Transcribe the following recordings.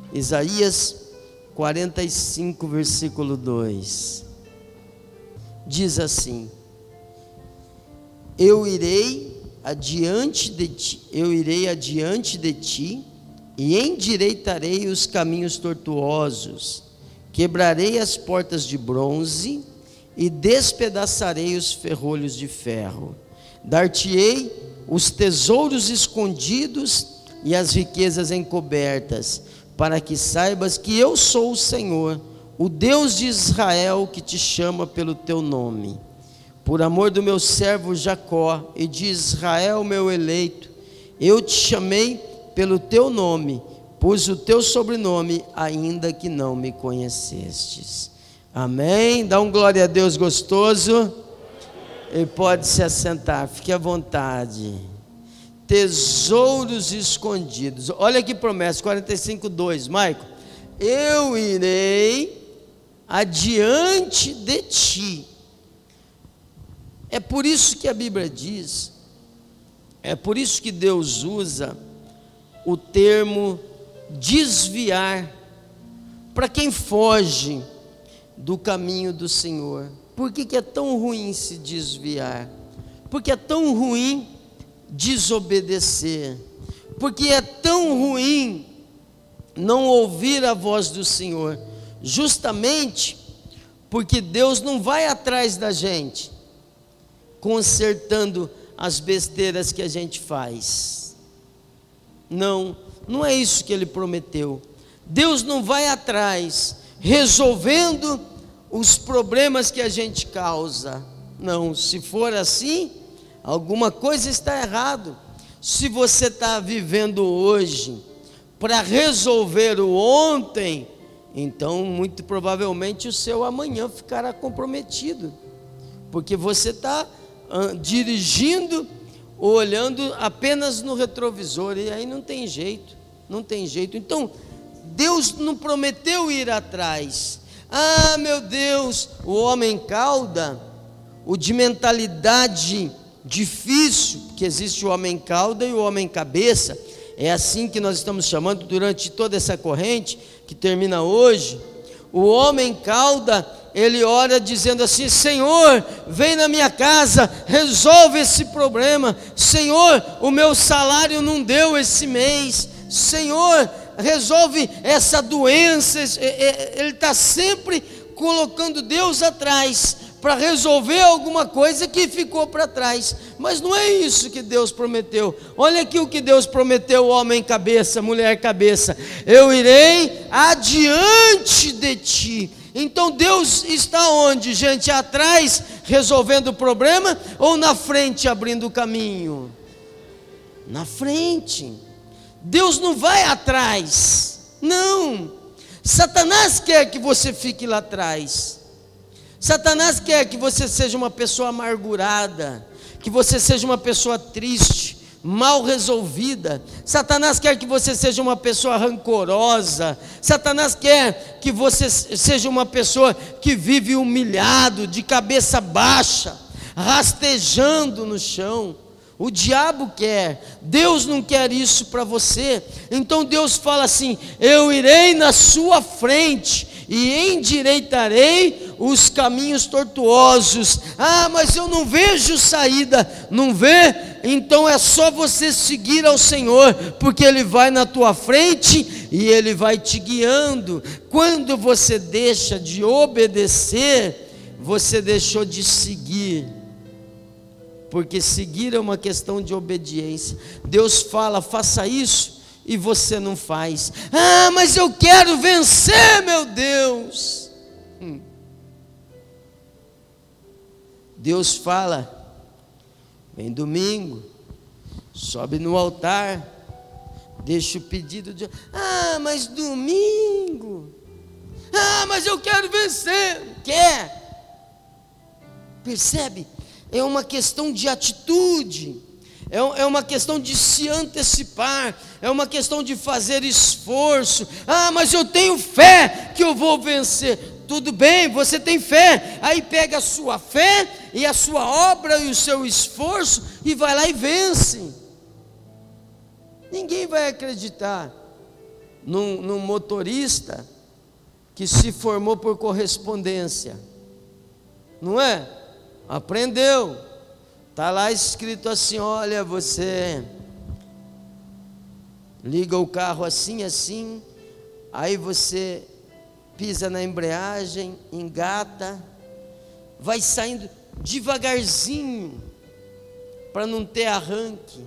Isaías 45, versículo 2. Diz assim: eu irei adiante de ti e endireitarei os caminhos tortuosos, quebrarei as portas de bronze e despedaçarei os ferrolhos de ferro. Dar-te-ei os tesouros escondidos e as riquezas encobertas, para que saibas que eu sou o Senhor, o Deus de Israel, que te chama pelo teu nome. Por amor do meu servo Jacó e de Israel, meu eleito, eu te chamei pelo teu nome, pus o teu sobrenome, ainda que não me conhecestes. Amém? Dá um glória a Deus gostoso. E pode se assentar, fique à vontade. Tesouros escondidos. Olha que promessa, 45:2, Maico. Eu irei adiante de ti. É por isso que a Bíblia diz, é por isso que Deus usa o termo desviar, para quem foge do caminho do Senhor. Por que é tão ruim se desviar? Porque é tão ruim desobedecer? Porque é tão ruim não ouvir a voz do Senhor? Justamente porque Deus não vai atrás da gente consertando as besteiras que a gente faz. Não é isso que Ele prometeu. Deus não vai atrás resolvendo os problemas que a gente causa. Não, se for assim, alguma coisa está errado. Se você está vivendo hoje para resolver o ontem, então muito provavelmente o seu amanhã ficará comprometido, porque você está dirigindo, olhando apenas no retrovisor, e aí não tem jeito. Então Deus não prometeu ir atrás. Ah, meu Deus, o homem cauda, o de mentalidade difícil, porque existe o homem cauda e o homem cabeça. É assim que nós estamos chamando durante toda essa corrente que termina hoje. O homem cauda, ele ora dizendo assim: Senhor, vem na minha casa, resolve esse problema. Senhor, o meu salário não deu esse mês. Senhor, resolve essa doença. Ele está sempre colocando Deus atrás para resolver alguma coisa que ficou para trás. Mas não é isso que Deus prometeu. Olha aqui o que Deus prometeu, homem cabeça, mulher cabeça: eu irei adiante de ti. Então Deus está onde, gente? Atrás resolvendo o problema, ou na frente abrindo o caminho? Na frente. Deus não vai atrás, não. Satanás quer que você fique lá atrás. Satanás quer que você seja uma pessoa amargurada, que você seja uma pessoa triste, mal resolvida. Satanás quer que você seja uma pessoa rancorosa. Satanás quer que você seja uma pessoa que vive humilhado, de cabeça baixa, rastejando no chão. O diabo quer, Deus não quer isso para você. Então Deus fala assim: eu irei na sua frente e endireitarei os caminhos tortuosos. Ah, mas eu não vejo saída. Não vê? Então é só você seguir ao Senhor, porque Ele vai na tua frente e Ele vai te guiando. Quando você deixa de obedecer, você deixou de seguir, porque seguir é uma questão de obediência. Deus fala: faça isso, e você não faz. Ah, mas eu quero vencer, meu Deus. Deus fala: vem domingo, sobe no altar, deixa o pedido de... Ah, mas domingo. Ah, mas eu quero vencer. Quer? Percebe? É uma questão de atitude, é uma questão de se antecipar, é uma questão de fazer esforço. Ah, mas eu tenho fé que eu vou vencer. Tudo bem, você tem fé, aí pega a sua fé e a sua obra e o seu esforço e vai lá e vence. Ninguém vai acreditar num motorista que se formou por correspondência, não é? Aprendeu, está lá escrito assim: olha, você liga o carro assim, assim, aí você pisa na embreagem, engata, vai saindo devagarzinho, para não ter arranque.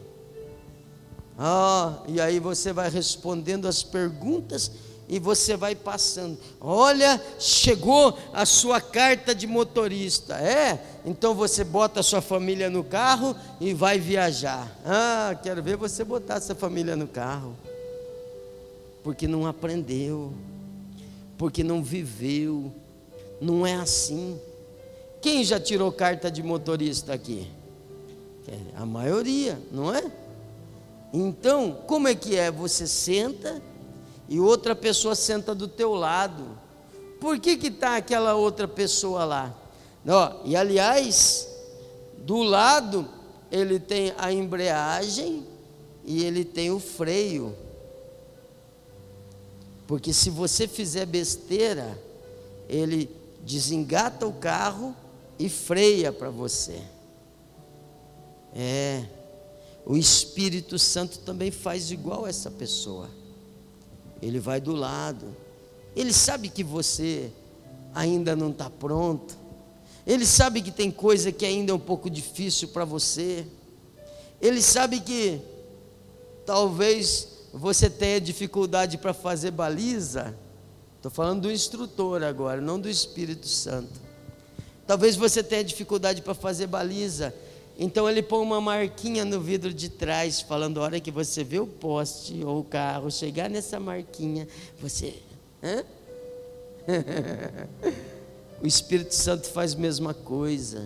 E aí você vai respondendo as perguntas e você vai passando. Olha, chegou a sua carta de motorista. Então você bota a sua família no carro e vai viajar. Quero ver você botar essa família no carro, porque não aprendeu, porque não viveu. Não é assim. Quem já tirou carta de motorista aqui? A maioria, não é? Então, como é que é? Você senta e outra pessoa senta do teu lado. Por que está aquela outra pessoa lá? E aliás, do lado ele tem a embreagem e ele tem o freio. Porque se você fizer besteira, ele desengata o carro e freia para você. O Espírito Santo também faz igual essa pessoa. Ele vai do lado. Ele sabe que você ainda não está pronto. Ele sabe que tem coisa que ainda é um pouco difícil para você. Ele sabe que talvez você tenha dificuldade para fazer baliza. Estou falando do instrutor agora, não do Espírito Santo. Talvez você tenha dificuldade para fazer baliza. Então ele põe uma marquinha no vidro de trás, falando: a hora que você vê o poste ou o carro chegar nessa marquinha, você... O Espírito Santo faz a mesma coisa.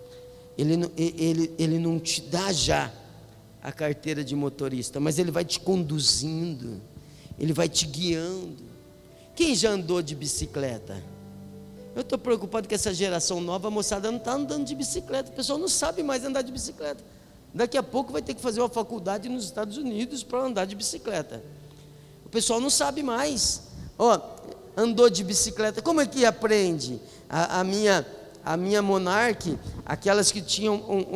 Ele não te dá já a carteira de motorista, mas ele vai te conduzindo, ele vai te guiando. Quem já andou de bicicleta? Eu estou preocupado com essa geração nova, a moçada não está andando de bicicleta. O pessoal não sabe mais andar de bicicleta. Daqui a pouco vai ter que fazer uma faculdade nos Estados Unidos para andar de bicicleta. O pessoal não sabe mais. Andou de bicicleta, como é que aprende? A minha Monarch, aquelas que tinham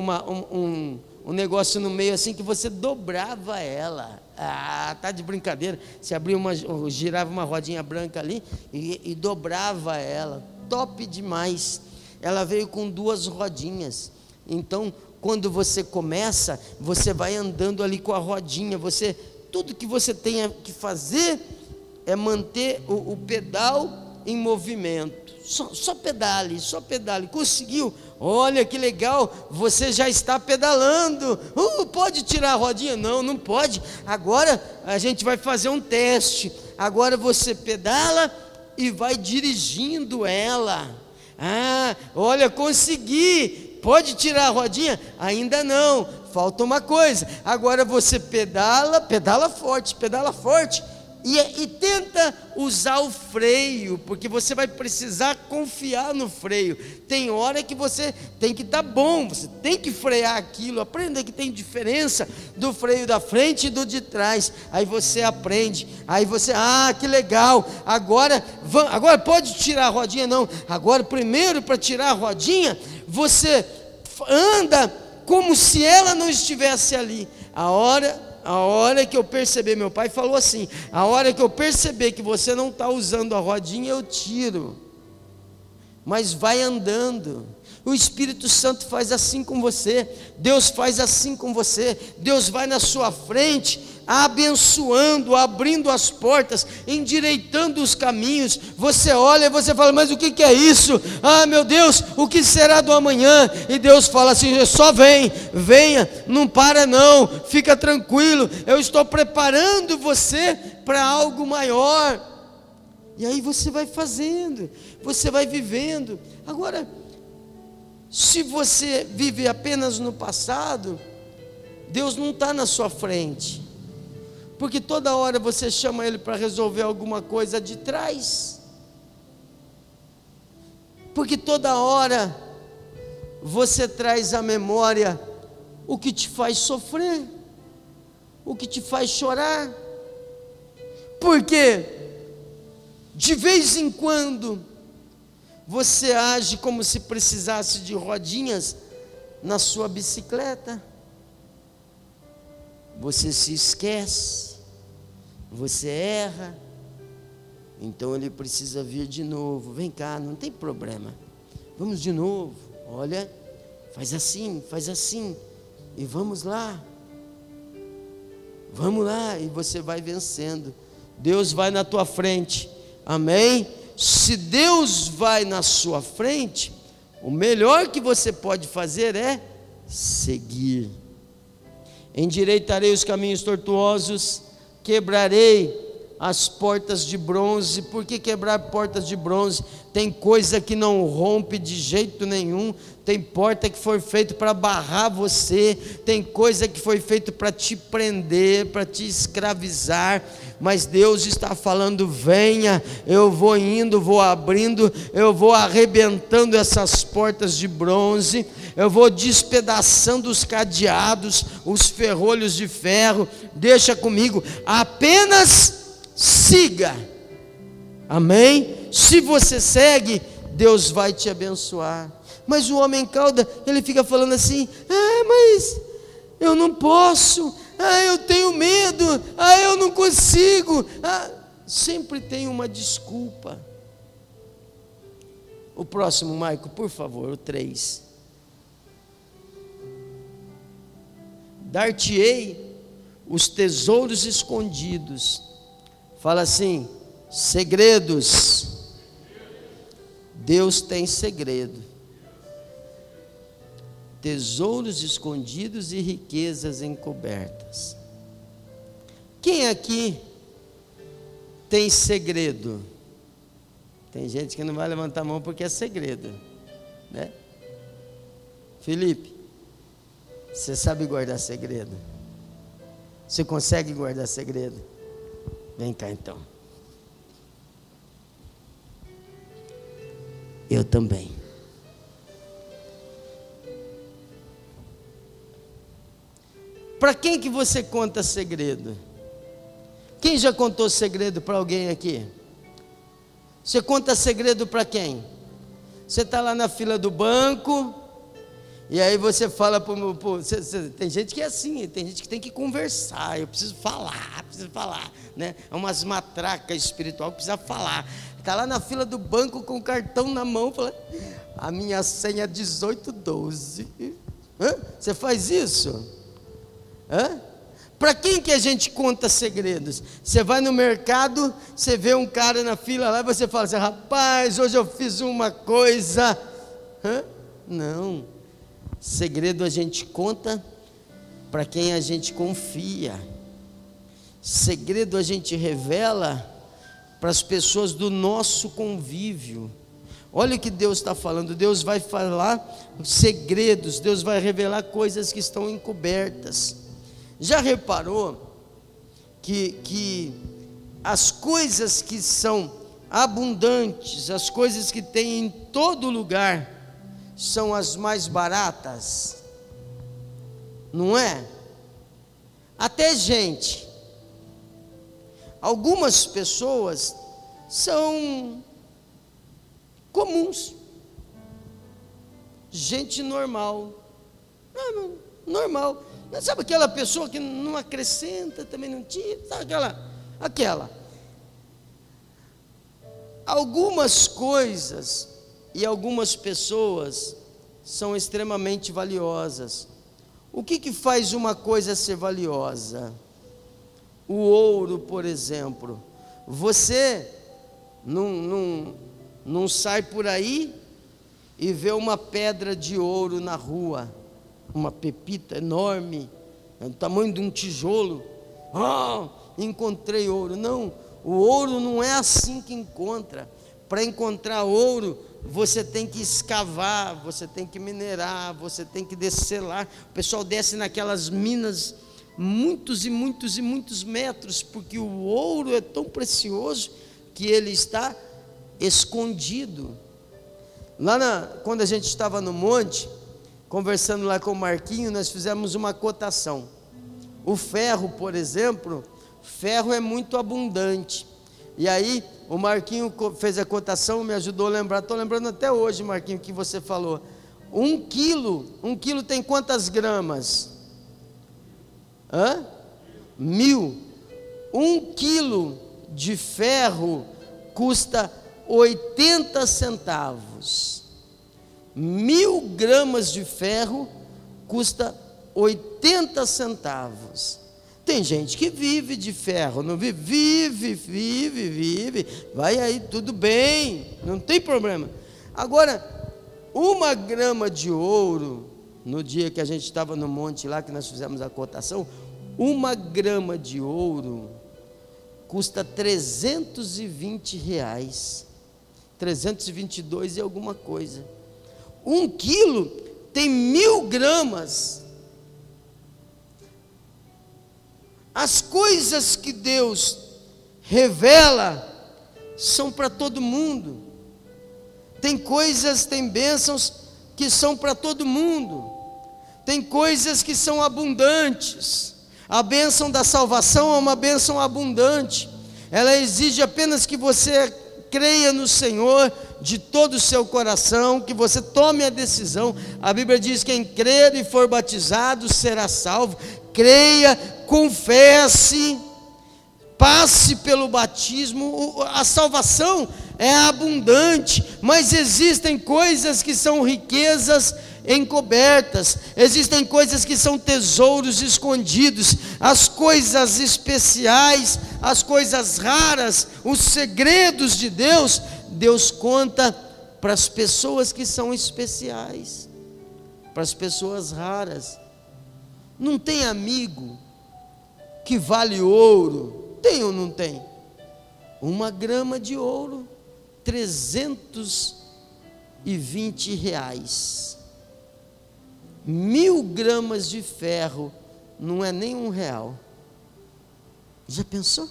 um negócio no meio assim, que você dobrava ela. Tá de brincadeira. Você girava uma rodinha branca ali e dobrava ela. Top demais. Ela veio com 2 rodinhas. Então, quando você começa, você vai andando ali com a rodinha. Tudo que você tem que fazer é manter o pedal em movimento. Só pedale. Conseguiu? Olha que legal, você já está pedalando. Pode tirar a rodinha? Não pode. Agora a gente vai fazer um teste. Agora você pedala e vai dirigindo ela. Olha, consegui. Pode tirar a rodinha? Ainda não, falta uma coisa. Agora você pedala forte. E tenta usar o freio, porque você vai precisar confiar no freio. Tem hora que você tem que estar bom, você tem que frear aquilo. Aprenda que tem diferença do freio da frente e do de trás. Aí você aprende, aí você, que legal, agora pode tirar a rodinha? Não, agora primeiro, para tirar a rodinha, você anda como se ela não estivesse ali. A hora que eu perceber, meu pai falou assim: a hora que eu perceber que você não está usando a rodinha, eu tiro. Mas vai andando. O Espírito Santo faz assim com você. Deus faz assim com você. Deus vai na sua frente, abençoando, abrindo as portas, endireitando os caminhos. Você olha e você fala: mas o que é isso? Meu Deus, o que será do amanhã? E Deus fala assim: só venha, não para não, fica tranquilo, eu estou preparando você para algo maior. E aí você vai fazendo, você vai vivendo. Agora, se você vive apenas no passado, Deus não está na sua frente, porque toda hora você chama Ele para resolver alguma coisa de trás, porque toda hora você traz à memória o que te faz sofrer, o que te faz chorar, Porque de vez em quando você age como se precisasse de rodinhas na sua bicicleta. Você se esquece, você erra, então ele precisa vir de novo. Vem cá, não tem problema, vamos de novo. Olha, faz assim, e vamos lá, e você vai vencendo. Deus vai na tua frente, amém? Se Deus vai na sua frente, o melhor que você pode fazer é seguir. Endireitarei os caminhos tortuosos, quebrarei as portas de bronze. Por que quebrar portas de bronze? Tem coisa que não rompe de jeito nenhum. Tem porta que foi feita para barrar você, tem coisa que foi feita para te prender, para te escravizar, mas Deus está falando: venha, eu vou indo, vou abrindo, eu vou arrebentando essas portas de bronze, eu vou despedaçando os cadeados, os ferrolhos de ferro. Deixa comigo, apenas siga, amém? Se você segue, Deus vai te abençoar. Mas o homem cauda, ele fica falando assim: mas eu não posso, eu tenho medo, eu não consigo, sempre tem uma desculpa. O próximo, Maico, por favor, o 3. Dar-te-ei os tesouros escondidos. Fala assim: segredos. Deus tem segredo. Tesouros escondidos e riquezas encobertas. Quem aqui tem segredo? Tem gente que não vai levantar a mão porque é segredo, né? Felipe, você sabe guardar segredo? Você consegue guardar segredo? Vem cá então. Eu também. Para quem que você conta segredo? Quem já contou segredo para alguém aqui? Você conta segredo para quem? Você está lá na fila do banco, e aí você fala tem gente que é assim, tem gente que tem que conversar. Eu preciso falar, né? É umas matracas espiritual que precisa falar. Está lá na fila do banco com o cartão na mão, fala: a minha senha é 1812. Você faz isso? Para quem que a gente conta segredos? Você vai no mercado, você vê um cara na fila lá, e você fala assim: rapaz, hoje eu fiz uma coisa. Não, segredo a gente conta para quem a gente confia. Segredo a gente revela para as pessoas do nosso convívio. Olha o que Deus está falando. Deus vai falar segredos, Deus vai revelar coisas que estão encobertas. Já reparou que as coisas que são abundantes, as coisas que tem em todo lugar, são as mais baratas? Não é? Até gente. Algumas pessoas são comuns, gente normal, normal. Sabe aquela pessoa que não acrescenta, também não tira, sabe aquela. Algumas coisas e algumas pessoas são extremamente valiosas. O que faz uma coisa ser valiosa? O ouro, por exemplo. Você não sai por aí e vê uma pedra de ouro na rua, uma pepita enorme, do tamanho de um tijolo. Encontrei ouro. Não, o ouro não é assim que encontra. Para encontrar ouro, você tem que escavar, você tem que minerar, você tem que descer lá. O pessoal desce naquelas minas muitos e muitos e muitos metros, porque o ouro é tão precioso que ele está escondido. Quando a gente estava no monte, conversando lá com o Marquinho, nós fizemos uma cotação. O ferro, por exemplo, ferro é muito abundante. E aí o Marquinho fez a cotação, me ajudou a lembrar, estou lembrando até hoje, Marquinho, que você falou. 1 quilo tem quantas gramas? 1000. 1 quilo de ferro custa 80 centavos. 1000 gramas de ferro custa 80 centavos. Tem gente que vive de ferro, não vive? Vive. Vai aí, tudo bem, não tem problema. Agora, 1 grama de ouro, no dia que a gente estava no monte lá, que nós fizemos a cotação, 1 grama de ouro custa R$320, 322 e alguma coisa. 1 quilo tem 1000 gramas. As coisas que Deus revela são para todo mundo. Tem coisas, tem bênçãos que são para todo mundo. Tem coisas que são abundantes. A bênção da salvação é uma bênção abundante. Ela exige apenas que você creia no Senhor de todo o seu coração, que você tome a decisão. A Bíblia diz: quem crer e for batizado será salvo. Creia, confesse, passe pelo batismo. A salvação é abundante, mas existem coisas que são riquezas encobertas, existem coisas que são tesouros escondidos, as coisas especiais, as coisas raras, os segredos de Deus, Deus conta para as pessoas que são especiais, para as pessoas raras. Não tem amigo que vale ouro? Tem ou não tem? 1 grama de ouro, R$320. 1000 gramas de ferro não é nem R$1. Já pensou?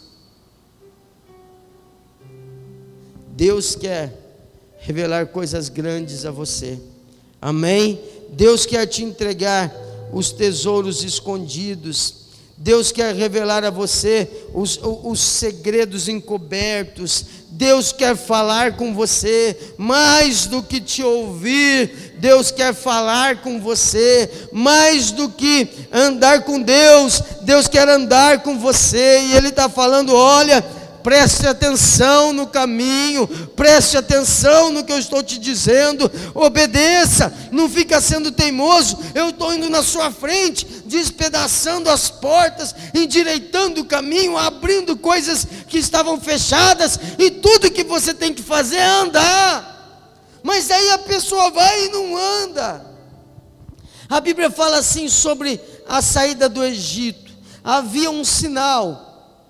Deus quer revelar coisas grandes a você. Amém? Deus quer te entregar os tesouros escondidos. Deus quer revelar a você os segredos encobertos. Deus quer falar com você mais do que te ouvir. Deus quer falar com você mais do que andar com Deus. Deus quer andar com você, e Ele está falando: olha, preste atenção no caminho, preste atenção no que eu estou te dizendo, obedeça, não fica sendo teimoso. Eu estou indo na sua frente, despedaçando as portas, endireitando o caminho, abrindo coisas que estavam fechadas, e tudo que você tem que fazer é andar. Mas aí a pessoa vai e não anda. A Bíblia fala assim sobre a saída do Egito. Havia um sinal.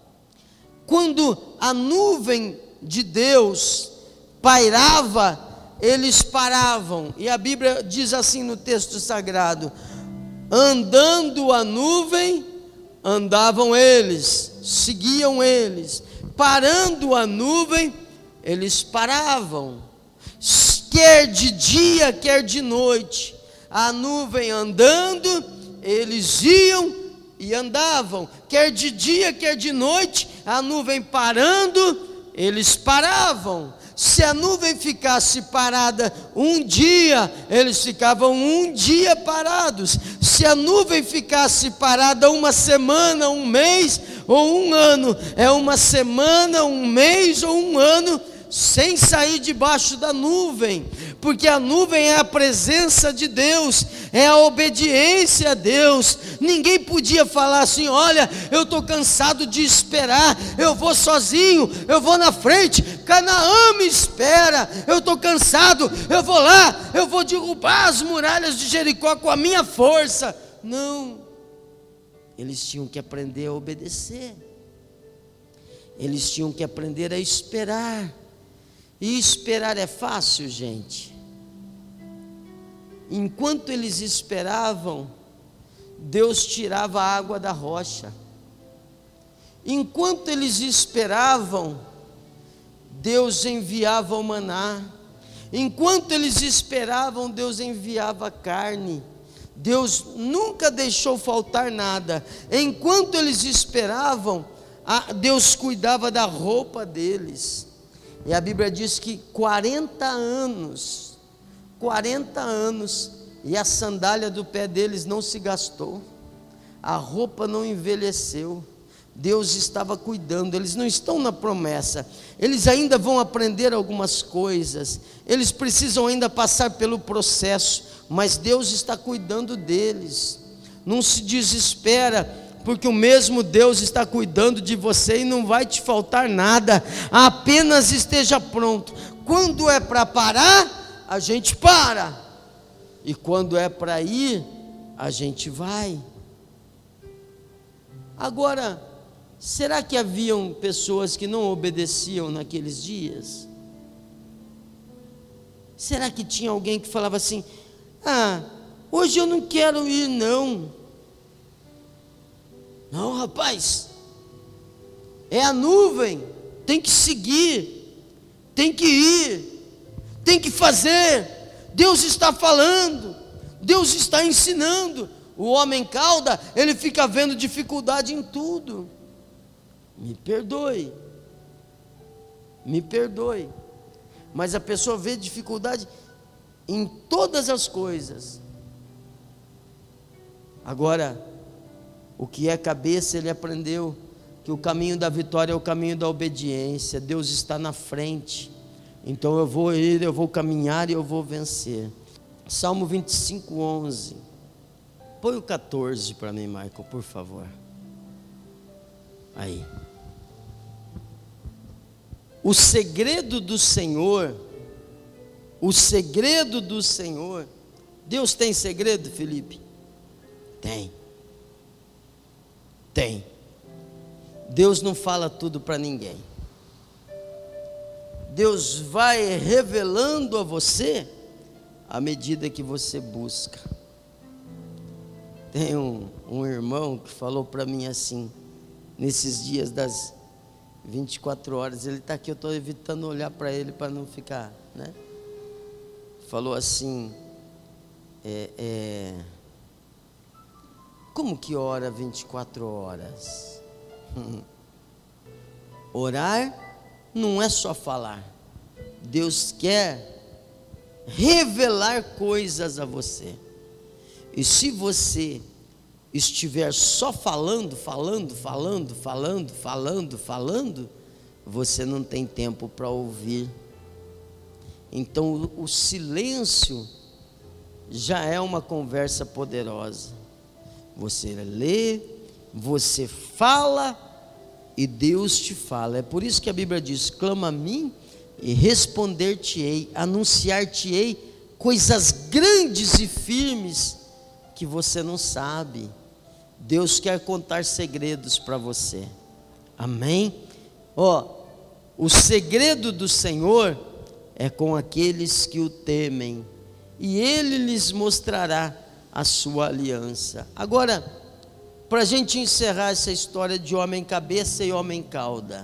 Quando a nuvem de Deus pairava, eles paravam. E a Bíblia diz assim no texto sagrado: andando a nuvem, andavam eles, seguiam eles. Parando a nuvem, eles paravam. Quer de dia, quer de noite. A nuvem andando, eles iam e andavam. Quer de dia, quer de noite, a nuvem parando, eles paravam. Se a nuvem ficasse parada um dia, eles ficavam um dia parados. Se a nuvem ficasse parada uma semana, um mês ou um ano, é uma semana, um mês ou um ano sem sair debaixo da nuvem, porque a nuvem é a presença de Deus, é a obediência a Deus. Ninguém podia falar assim: olha, eu estou cansado de esperar, eu vou sozinho, eu vou na frente, Canaã me espera, eu estou cansado, eu vou lá, eu vou derrubar as muralhas de Jericó com a minha força. Não, eles tinham que aprender a obedecer, eles tinham que aprender a esperar. E esperar é fácil, gente? Enquanto eles esperavam, Deus tirava a água da rocha. Enquanto eles esperavam, Deus enviava o maná. Enquanto eles esperavam, Deus enviava carne. Deus nunca deixou faltar nada. Enquanto eles esperavam, Deus cuidava da roupa deles. E a Bíblia diz que 40 anos, e a sandália do pé deles não se gastou, a roupa não envelheceu. Deus estava cuidando. Eles não estão na promessa, eles ainda vão aprender algumas coisas, eles precisam ainda passar pelo processo, mas Deus está cuidando deles. Não se desespera, porque o mesmo Deus está cuidando de você e não vai te faltar nada. Apenas esteja pronto. Quando é para parar, a gente para, e quando é para ir, a gente vai. Agora, será que haviam pessoas que não obedeciam naqueles dias? Será que tinha alguém que falava assim: hoje eu não quero ir não. Não, rapaz, é a nuvem, tem que seguir, tem que ir, tem que fazer. Deus está falando, Deus está ensinando. O homem cauda, ele fica vendo dificuldade em tudo. Me perdoe, mas a pessoa vê dificuldade em todas as coisas. Agora, o que é cabeça, ele aprendeu que o caminho da vitória é o caminho da obediência. Deus está na frente, então eu vou ir, eu vou caminhar e eu vou vencer. Salmo 25, 11. Põe o 14 para mim, Michael, por favor. Aí. O segredo do Senhor, Deus tem segredo, Felipe? Tem. Deus não fala tudo para ninguém. Deus vai revelando a você à medida que você busca. Tem um irmão que falou para mim assim, nesses dias das 24 horas, ele está aqui, eu estou evitando olhar para ele para não ficar, né? Falou assim, como que ora 24 horas? Orar não é só falar. Deus quer revelar coisas a você. E se você estiver só falando, você não tem tempo para ouvir. Então o silêncio já é uma conversa poderosa. Você lê, você fala e Deus te fala. É por isso que a Bíblia diz: clama a mim e responder-te-ei, anunciar-te-ei coisas grandes e firmes que você não sabe. Deus quer contar segredos para você. Amém? O segredo do Senhor é com aqueles que o temem, e Ele lhes mostrará a sua aliança. Agora, para a gente encerrar essa história de homem cabeça e homem cauda,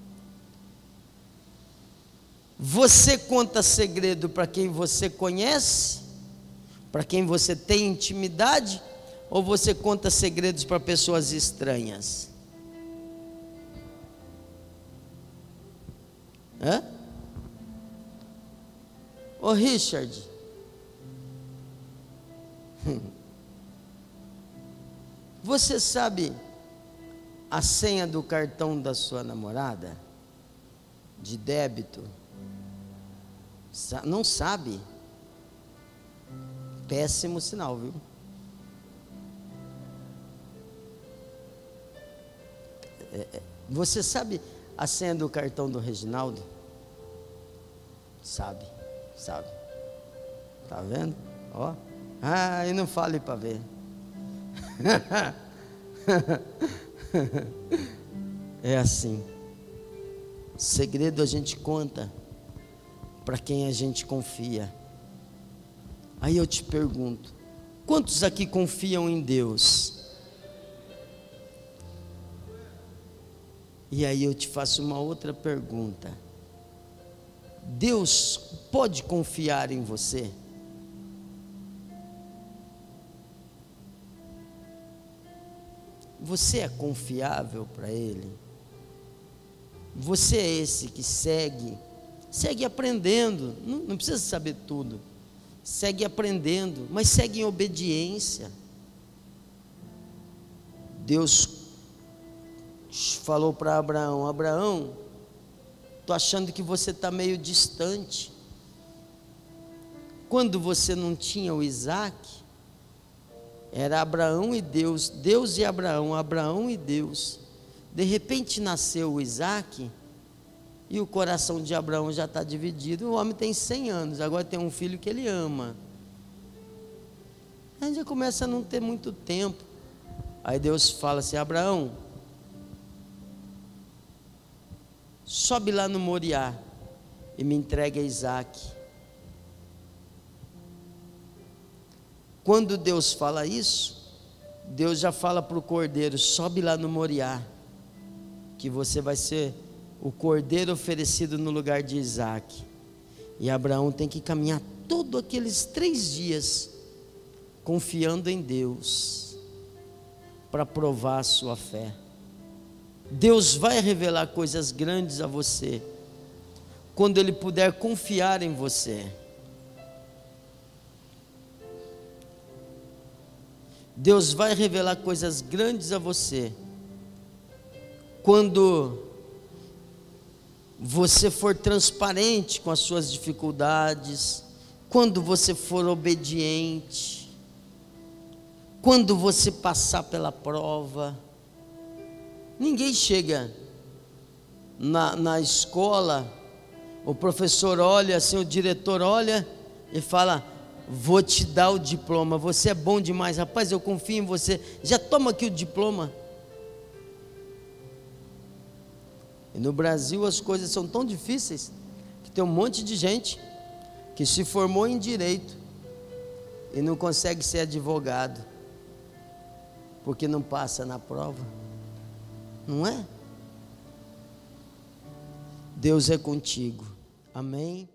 você conta segredo para quem você conhece, para quem você tem intimidade, ou você conta segredos para pessoas estranhas? Ô Richard, você sabe a senha do cartão da sua namorada? De débito? Não sabe? Péssimo sinal, viu? Você sabe a senha do cartão do Reginaldo? Sabe. Tá vendo? E não fale para ver. É assim. Segredo a gente conta para quem a gente confia. Aí eu te pergunto: quantos aqui confiam em Deus? E aí eu te faço uma outra pergunta: Deus pode confiar em você? Você é confiável para Ele? Você é esse que segue aprendendo, não precisa saber tudo, segue aprendendo, mas segue em obediência. Deus falou para Abraão: Abraão, estou achando que você está meio distante. Quando você não tinha o Isaac, era Abraão e Deus, Deus e Abraão, Abraão e Deus. De repente nasceu o Isaac, e o coração de Abraão já está dividido. O homem tem 100 anos, agora tem um filho que ele ama. Aí já começa a não ter muito tempo. Aí Deus fala assim: Abraão, sobe lá no Moriá e me entrega Isaac. Quando Deus fala isso, Deus já fala para o cordeiro: sobe lá no Moriá, que você vai ser o cordeiro oferecido no lugar de Isaac. E Abraão tem que caminhar todos aqueles 3 dias confiando em Deus para provar a sua fé. Deus vai revelar coisas grandes a você quando Ele puder confiar em você. Deus vai revelar coisas grandes a você quando você for transparente com as suas dificuldades, quando você for obediente, quando você passar pela prova. Ninguém chega na escola, o professor olha assim, o diretor olha e fala: vou te dar o diploma, você é bom demais, rapaz, eu confio em você, já toma aqui o diploma. E no Brasil as coisas são tão difíceis que tem um monte de gente que se formou em direito e não consegue ser advogado porque não passa na prova. Não é? Deus é contigo. Amém?